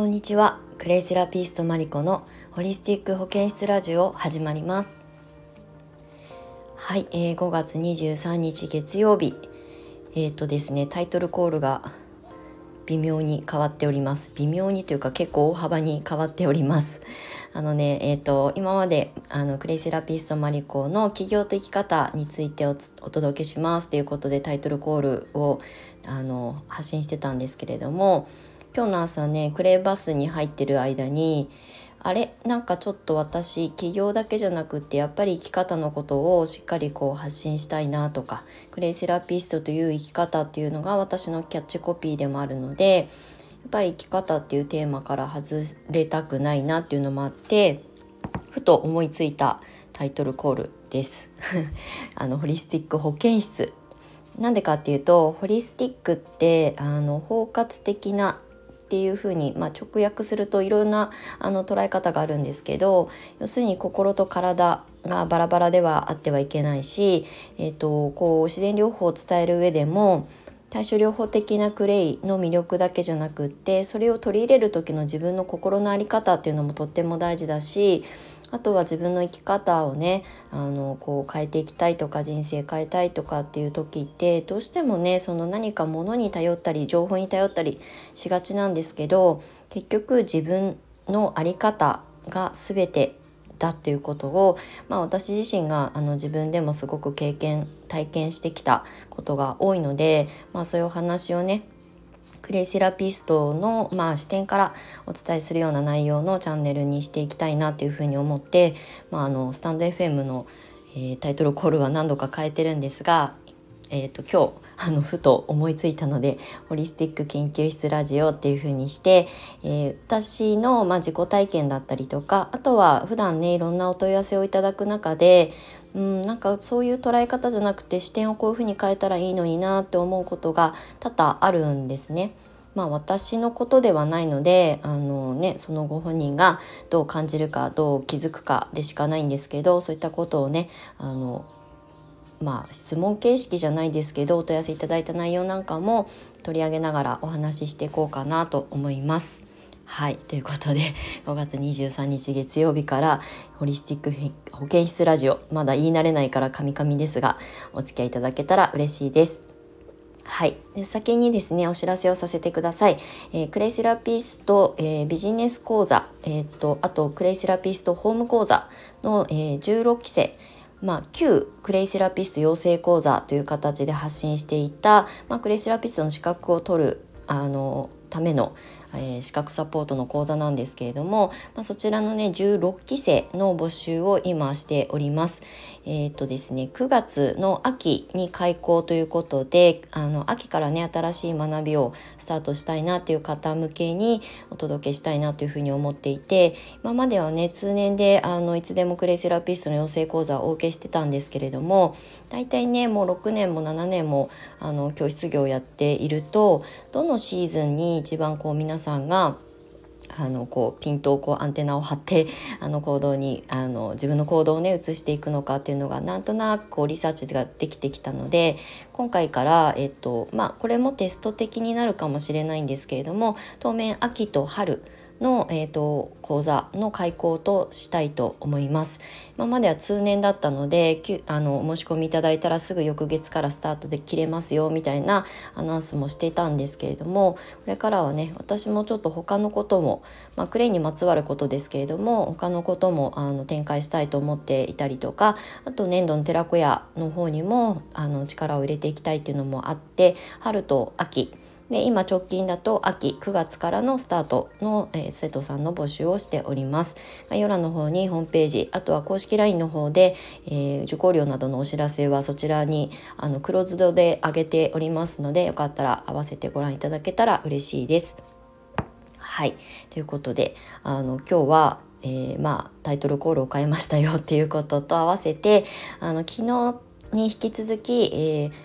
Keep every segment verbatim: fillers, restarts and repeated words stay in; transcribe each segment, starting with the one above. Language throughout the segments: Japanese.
こんにちは。クレイセラピストマリコのホリスティック保健室ラジオ始まります。はい、えー、ごがつにじゅうさんにち月曜日、えーとですねタイトルコールが微妙に変わっております。微妙にというか結構大幅に変わっております。あのね、えーと今まであのクレイセラピストマリコの起業と生き方について お, お届けしますということでタイトルコールをあの発信してたんですけれども、今日の朝ねクレイバスに入ってる間にあれなんかちょっと私起業だけじゃなくってやっぱり生き方のことをしっかりこう発信したいなとか、クレイセラピストという生き方っていうのが私のキャッチコピーでもあるので、やっぱり生き方っていうテーマから外れたくないなっていうのもあってふと思いついたタイトルコールですあのホリスティック保健室。なんでかっていうと、ホリスティックってあの包括的なっていうふうに、まあ、直訳するといろんなあの捉え方があるんですけど、要するに心と体がバラバラではあってはいけないし、えーと、こう自然療法を伝える上でも対処療法的なクレイの魅力だけじゃなくって、それを取り入れる時の自分の心の在り方っていうのもとっても大事だし、あとは自分の生き方をねあのこう変えていきたいとか人生変えたいとかっていう時ってどうしてもねその何か物に頼ったり情報に頼ったりしがちなんですけど、結局自分の在り方が全てだっていうことを、まあ、私自身があの自分でもすごく経験体験してきたことが多いので、まあ、そういうお話をねクレイセラピストの、まあ、視点からお伝えするような内容のチャンネルにしていきたいなというふうに思って、まあ、あのスタンド エフエム の、えー、タイトルコールは何度か変えてるんですが、えーと、今日あのふと思いついたのでホリスティック研究室ラジオっていう風にして、えー、私の、まあ、自己体験だったりとか、あとは普段ねいろんなお問い合わせをいただく中で、うん、なんかそういう捉え方じゃなくて視点をこういう風に変えたらいいのになって思うことが多々あるんですね。まあ、私のことではないのであの、ね、そのご本人がどう感じるかどう気づくかでしかないんですけど、そういったことをねあのまあ、質問形式じゃないですけどお問い合わせいただいた内容なんかも取り上げながらお話ししていこうかなと思います。はい、ということでごがつにじゅうさんにち月曜日からホリスティック保健室ラジオ、まだ言い慣れないからカミカミですがお付き合いいただけたら嬉しいです。はい、で先にですねお知らせをさせてください。えー、クレイセラピスト、えー、ビジネス講座、えー、とあとクレイセラピストホーム講座の、えー、じゅうろっきせい、まあ、旧クレイセラピスト養成講座という形で発信していた、まあ、クレイセラピストの資格を取るあのための、えー、資格サポートの講座なんですけれども、まあ、そちらのねじゅうろっきせいの募集を今しております。えっとですねくがつの秋に開講ということで、あの秋からね新しい学びをスタートしたいなという方向けにお届けしたいなというふうに思っていて、今まではね通年であのいつでもクレイセラピストの養成講座をお受けしてたんですけれども、だいたいねもうろくねんもななねんもあの教室業をやっていると、どのシーズンに一番こう皆さんがあのこうピントをこうアンテナを張ってあの行動にあの自分の行動をね移していくのかっていうのがなんとなくこうリサーチができてきたので、今回から、えっとまあ、これもテスト的になるかもしれないんですけれども、当面秋と春の、えーと、講座の開講としたいと思います。今までは通年だったのであのお申し込みいただいたらすぐ翌月からスタートで切れますよみたいなアナウンスもしていたんですけれども、これからはね私もちょっと他のことも、まあ、クレイにまつわることですけれども他のこともあの展開したいと思っていたりとか、あと粘土の寺子屋の方にもあの力を入れていきたいっていうのもあって、春と秋で今直近だと秋くがつからのスタートの、えー、生徒さんの募集をしております。概要欄の方にホームページ、あとは公式 ライン の方で、えー、受講料などのお知らせはそちらにあのクローズドで上げておりますので、よかったら合わせてご覧いただけたら嬉しいです。はい、ということであの今日はえー、まあタイトルコールを変えましたよっていうことと合わせて、あの昨日に引き続き、えー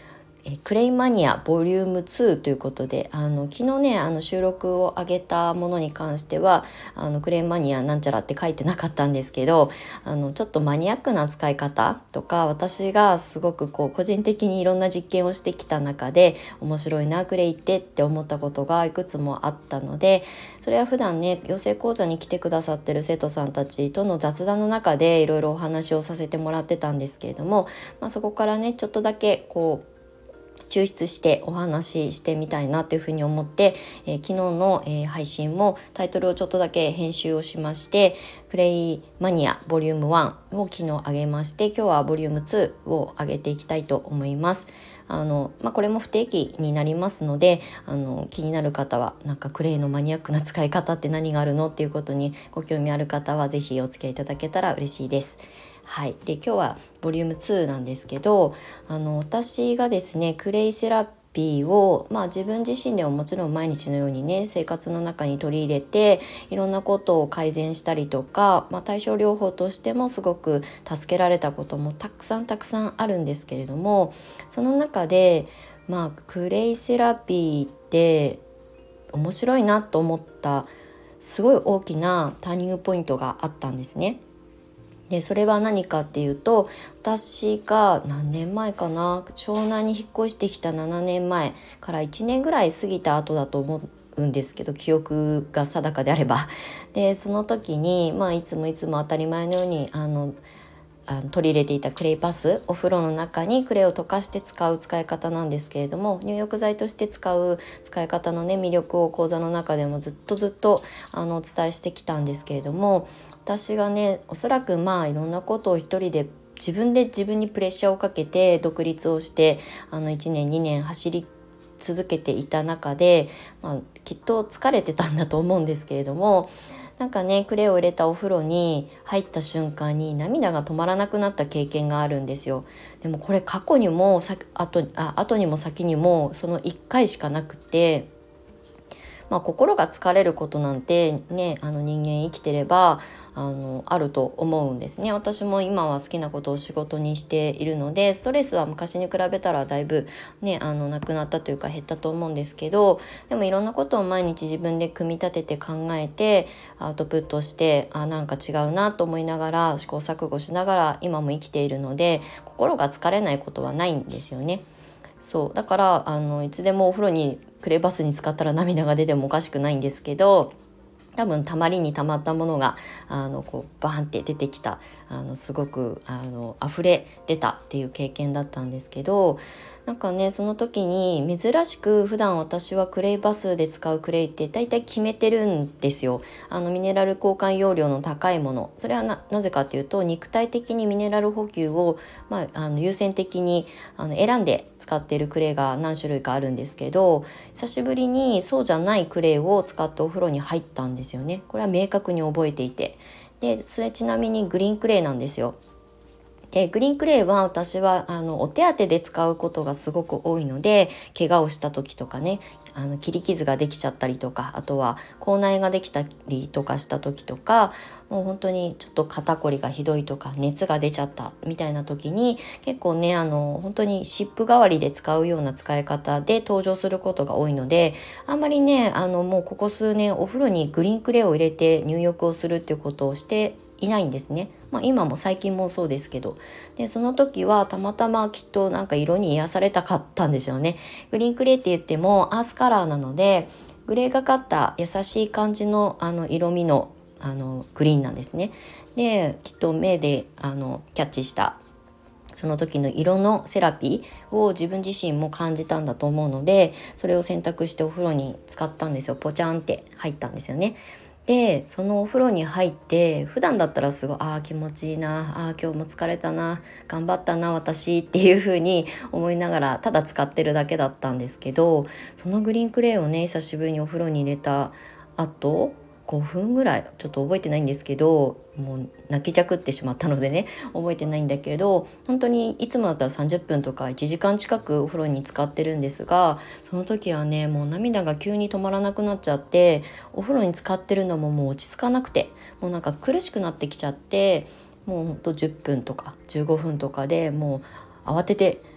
えクレイマニアボリュームツーということで、あの昨日ねあの収録を上げたものに関してはあのクレイマニアなんちゃらって書いてなかったんですけど、あのちょっとマニアックな使い方とか、私がすごくこう個人的にいろんな実験をしてきた中で面白いなクレイってって思ったことがいくつもあったので、それは普段ね養成講座に来てくださってる生徒さんたちとの雑談の中でいろいろお話をさせてもらってたんですけれども、まあ、そこからねちょっとだけこう抽出してお話ししてみたいなというふうに思って、えー、昨日の、えー、配信もタイトルをちょっとだけ編集をしまして、クレイマニアボリュームワンを昨日上げまして、今日はボリュームツーを上げていきたいと思います。あの、まあ、これも不定期になりますので、あの気になる方はなんかクレイのマニアックな使い方って何があるのっていうことにご興味ある方はぜひお付き合いいただけたら嬉しいです。はい、で今日はボリュームツーなんですけど、あの私がですねクレイセラピーを、まあ、自分自身でももちろん毎日のようにね生活の中に取り入れていろんなことを改善したりとか、まあ、対症療法としてもすごく助けられたこともたくさんたくさんあるんですけれども、その中で、まあ、クレイセラピーって面白いなと思ったすごい大きなターニングポイントがあったんですね。でそれは何かっていうと、私が何年前かな、湘南に引っ越してきたななねんまえからいちねんぐらい過ぎた後だと思うんですけど、記憶が定かであればでその時に、まあ、いつもいつも当たり前のようにあのあの取り入れていたクレイパス、お風呂の中にクレイを溶かして使う使い方なんですけれども、入浴剤として使う使い方のね魅力を講座の中でもずっとずっとあのお伝えしてきたんですけれども、私がねおそらくまあいろんなことを一人で自分で自分にプレッシャーをかけて独立をしてあのいちねんにねん走り続けていた中で、まあ、きっと疲れてたんだと思うんですけれども、なんかねクレイを入れたお風呂に入った瞬間に涙が止まらなくなった経験があるんですよ。でもこれ過去にもさ後あ後にも先にもそのいっかいしかなくて、まあ、心が疲れることなんてねあの人間生きてればあのあると思うんですね。私も今は好きなことを仕事にしているので、ストレスは昔に比べたらだいぶねあのなくなったというか減ったと思うんですけど、でもいろんなことを毎日自分で組み立てて考えてアウトプットして、あなんか違うなと思いながら試行錯誤しながら今も生きているので、心が疲れないことはないんですよね。そうだからあのいつでもお風呂にクレイバスに使ったら涙が出てもおかしくないんですけど、多分たまりにたまったものがあのこうバーンって出てきた、あのすごくあの溢れ出たっていう経験だったんですけど、なんかねその時に珍しく普段私はクレイバスで使うクレイって大体決めてるんですよ。あのミネラル交換容量の高いもの、それは な, なぜかというと肉体的にミネラル補給を、まあ、あの優先的にあの選んで使っているクレイが何種類かあるんですけど、久しぶりにそうじゃないクレイを使ってお風呂に入ったんですよね。これは明確に覚えていて、でそれちなみにグリーンクレイなんですよ。でグリーンクレイは私はあのお手当てで使うことがすごく多いので、怪我をした時とかねあの切り傷ができちゃったりとか、あとは口内ができたりとかした時とか、もう本当にちょっと肩こりがひどいとか熱が出ちゃったみたいな時に結構ねあの本当に湿布代わりで使うような使い方で登場することが多いので、あんまりねあのもうここ数年お風呂にグリーンクレイを入れて入浴をするっていうことをしていないんですね。まあ、今も最近もそうですけど、でその時はたまたまきっとなんか色に癒されたかったんでしょうね。グリーンクレイって言ってもアースカラーなのでグレーがかった優しい感じのあの色味のあのグリーンなんですね。できっと目であのキャッチしたその時の色のセラピーを自分自身も感じたんだと思うので、それを選択してお風呂に使ったんですよ。ポチャンって入ったんですよね。でそのお風呂に入って普段だったらすごいあー気持ちいいな、あー今日も疲れたな、頑張ったな私っていう風に思いながらただ使ってるだけだったんですけど、そのグリーンクレイをね久しぶりにお風呂に入れた後ごふんぐらいちょっと覚えてないんですけど、もう泣きじゃくってしまったのでね覚えてないんだけど、本当にいつもだったらさんじゅっぷんとかいちじかん近くお風呂に浸かってるんですが、その時はねもう涙が急に止まらなくなっちゃって、お風呂に浸かってるのももう落ち着かなくて、もうなんか苦しくなってきちゃって、もうほんとじゅっぷんとかじゅうごふんとかでもう慌てて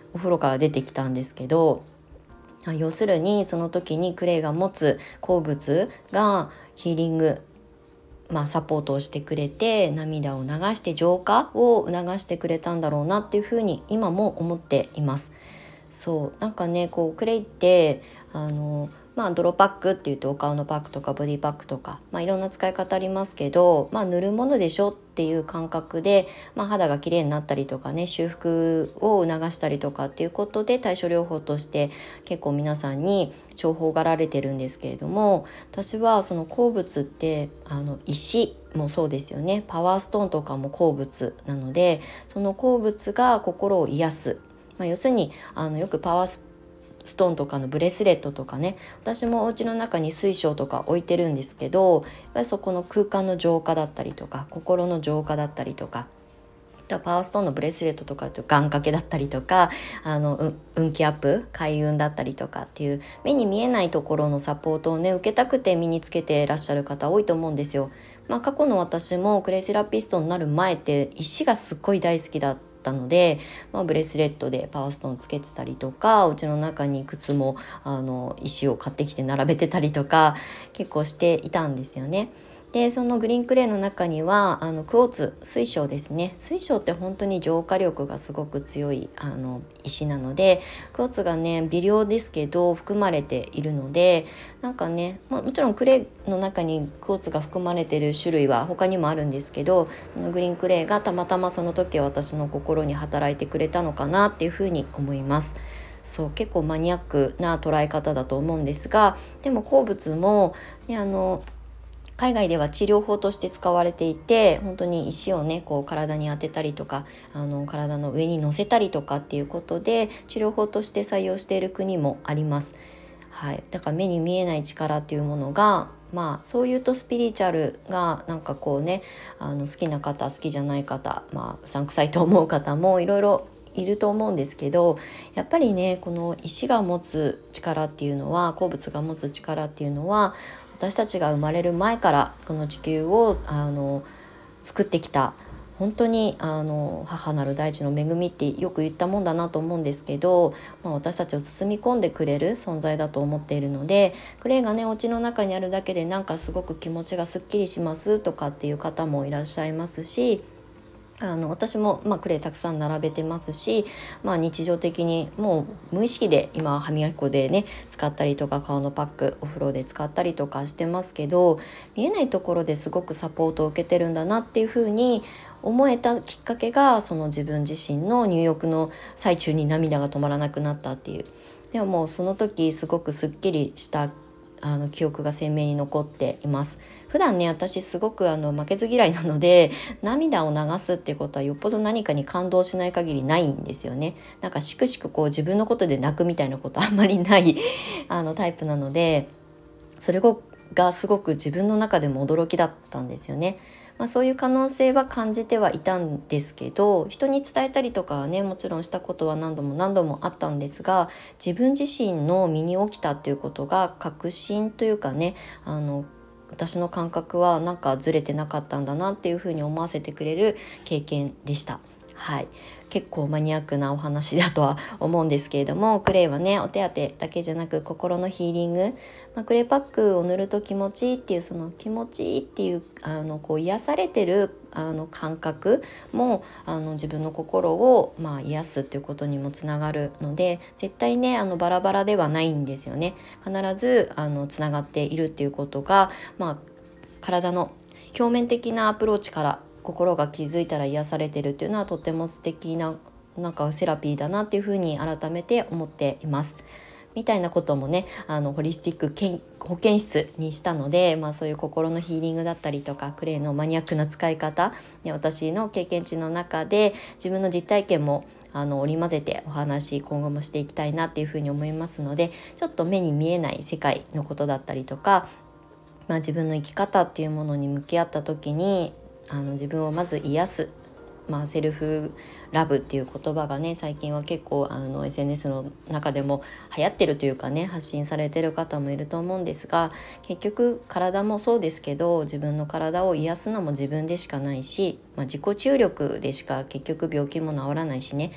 お風呂から出てきたんですけど、要するにその時にクレイが持つ鉱物がヒーリング、まあ、サポートをしてくれて、涙を流して浄化を促してくれたんだろうなっていうふうに今も思っています。そうなんかね、こうクレイってあのまあ泥パックっていうとお顔のパックとかボディパックとか、まあ、いろんな使い方ありますけど、まあ、塗るものでしょっていう感覚で、まあ、肌が綺麗になったりとかね、修復を促したりとかっていうことで対処療法として結構皆さんに重宝がられてるんですけれども、私はその鉱物ってあの石もそうですよね。パワーストーンとかも鉱物なので、その鉱物が心を癒す、まあ、要するにあのよくパワーストーンとかのブレスレットとかね、私もお家の中に水晶とか置いてるんですけど、やっぱりそこの空間の浄化だったりとか心の浄化だったりとか、パワーストーンのブレスレットとかと願掛けだったりとか、あの、う運気アップ、開運だったりとかっていう目に見えないところのサポートをね受けたくて身につけていらっしゃる方多いと思うんですよ。まあ過去の私もクレイセラピストになる前って石がすっごい大好きだったので、まあ、ブレスレットでパワーストーンつけてたりとか、お家の中にいくつもあの石を買ってきて並べてたりとか結構していたんですよね。でそのグリーンクレイの中にはあのクォーツ、水晶ですね。水晶って本当に浄化力がすごく強いあの石なので、クォーツがね微量ですけど含まれているので、なんかね、まあ、もちろんクレイの中にクォーツが含まれている種類は他にもあるんですけど、そのグリーンクレイがたまたまその時は私の心に働いてくれたのかなっていうふうに思います。そう結構マニアックな捉え方だと思うんですが、でも鉱物も、ね、あの海外では治療法として使われていて、本当に石をねこう体に当てたりとか、あの体の上に乗せたりとかっていうことで治療法として採用している国もあります。はい、だから目に見えない力っていうものが、まあそういうとスピリチュアルがなんかこうね、あの好きな方好きじゃない方、まあうさんくさいと思う方もいろいろいると思うんですけど、やっぱりねこの石が持つ力っていうのは、鉱物が持つ力っていうのは、私たちが生まれる前からこの地球をあの作ってきた、本当にあの母なる大地の恵みってよく言ったもんだなと思うんですけど、まあ、私たちを包み込んでくれる存在だと思っているので、クレイがねお家の中にあるだけでなんかすごく気持ちがすっきりしますとかっていう方もいらっしゃいますし、あの私も、まあ、クレイたくさん並べてますし、まあ、日常的にもう無意識で今歯磨き粉でね使ったりとか、顔のパックお風呂で使ったりとかしてますけど、見えないところですごくサポートを受けてるんだなっていうふうに思えたきっかけが、その自分自身の入浴の最中に涙が止まらなくなったっていう。でももうその時すごくすっきりしたあの記憶が鮮明に残っています。普段ね私すごくあの負けず嫌いなので、涙を流すっていうことはよっぽど何かに感動しない限りないんですよね。なんかしくしくこう自分のことで泣くみたいなことあんまりないあのタイプなので、それがすごく自分の中でも驚きだったんですよね。まあ、そういう可能性は感じてはいたんですけど、人に伝えたりとかはねもちろんしたことは何度も何度もあったんですが、自分自身の身に起きたっていうことが確信というかね、あの私の感覚はなんかずれてなかったんだなっていうふうに思わせてくれる経験でした。はい、結構マニアックなお話だとは思うんですけれども、クレイはねお手当だけじゃなく心のヒーリング、まあ、クレイパックを塗ると気持ちいいっていう、その気持ちいいっていうあのこう癒されてるあの感覚もあの自分の心を、まあ、癒すっていうことにもつながるので、絶対ねあのバラバラではないんですよね。必ずあのつながっているっていうことが、まあ、体の表面的なアプローチから心が気づいたら癒されてるっていうのはとっても素敵ななんかセラピーだなっていうふうに改めて思っています。みたいなこともねあのホリスティック保健室にしたので、まあ、そういう心のヒーリングだったりとかクレイのマニアックな使い方で、私の経験値の中で自分の実体験もあの織り交ぜてお話今後もしていきたいなっていうふうに思いますので、ちょっと目に見えない世界のことだったりとか、まあ、自分の生き方っていうものに向き合った時にあの自分をまず癒す、まあ、セルフラブっていう言葉がね最近は結構あの エスエヌエス の中でも流行ってるというかね発信されてる方もいると思うんですが、結局体もそうですけど自分の体を癒すのも自分でしかないし、まあ、自己注力でしか結局病気も治らないしね。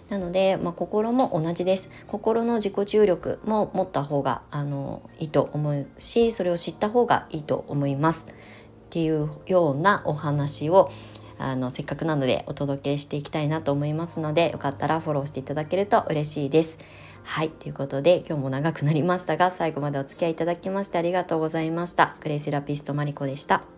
なので、まあ、心も同じです。心の自己注力も持った方があのいいと思うし、それを知った方がいいと思いますっていうようなお話をあのせっかくなのでお届けしていきたいなと思いますので、よかったらフォローしていただけると嬉しいです。はい、ということで今日も長くなりましたが、最後までお付き合いいただきましてありがとうございました。クレイセラピストマリコでした。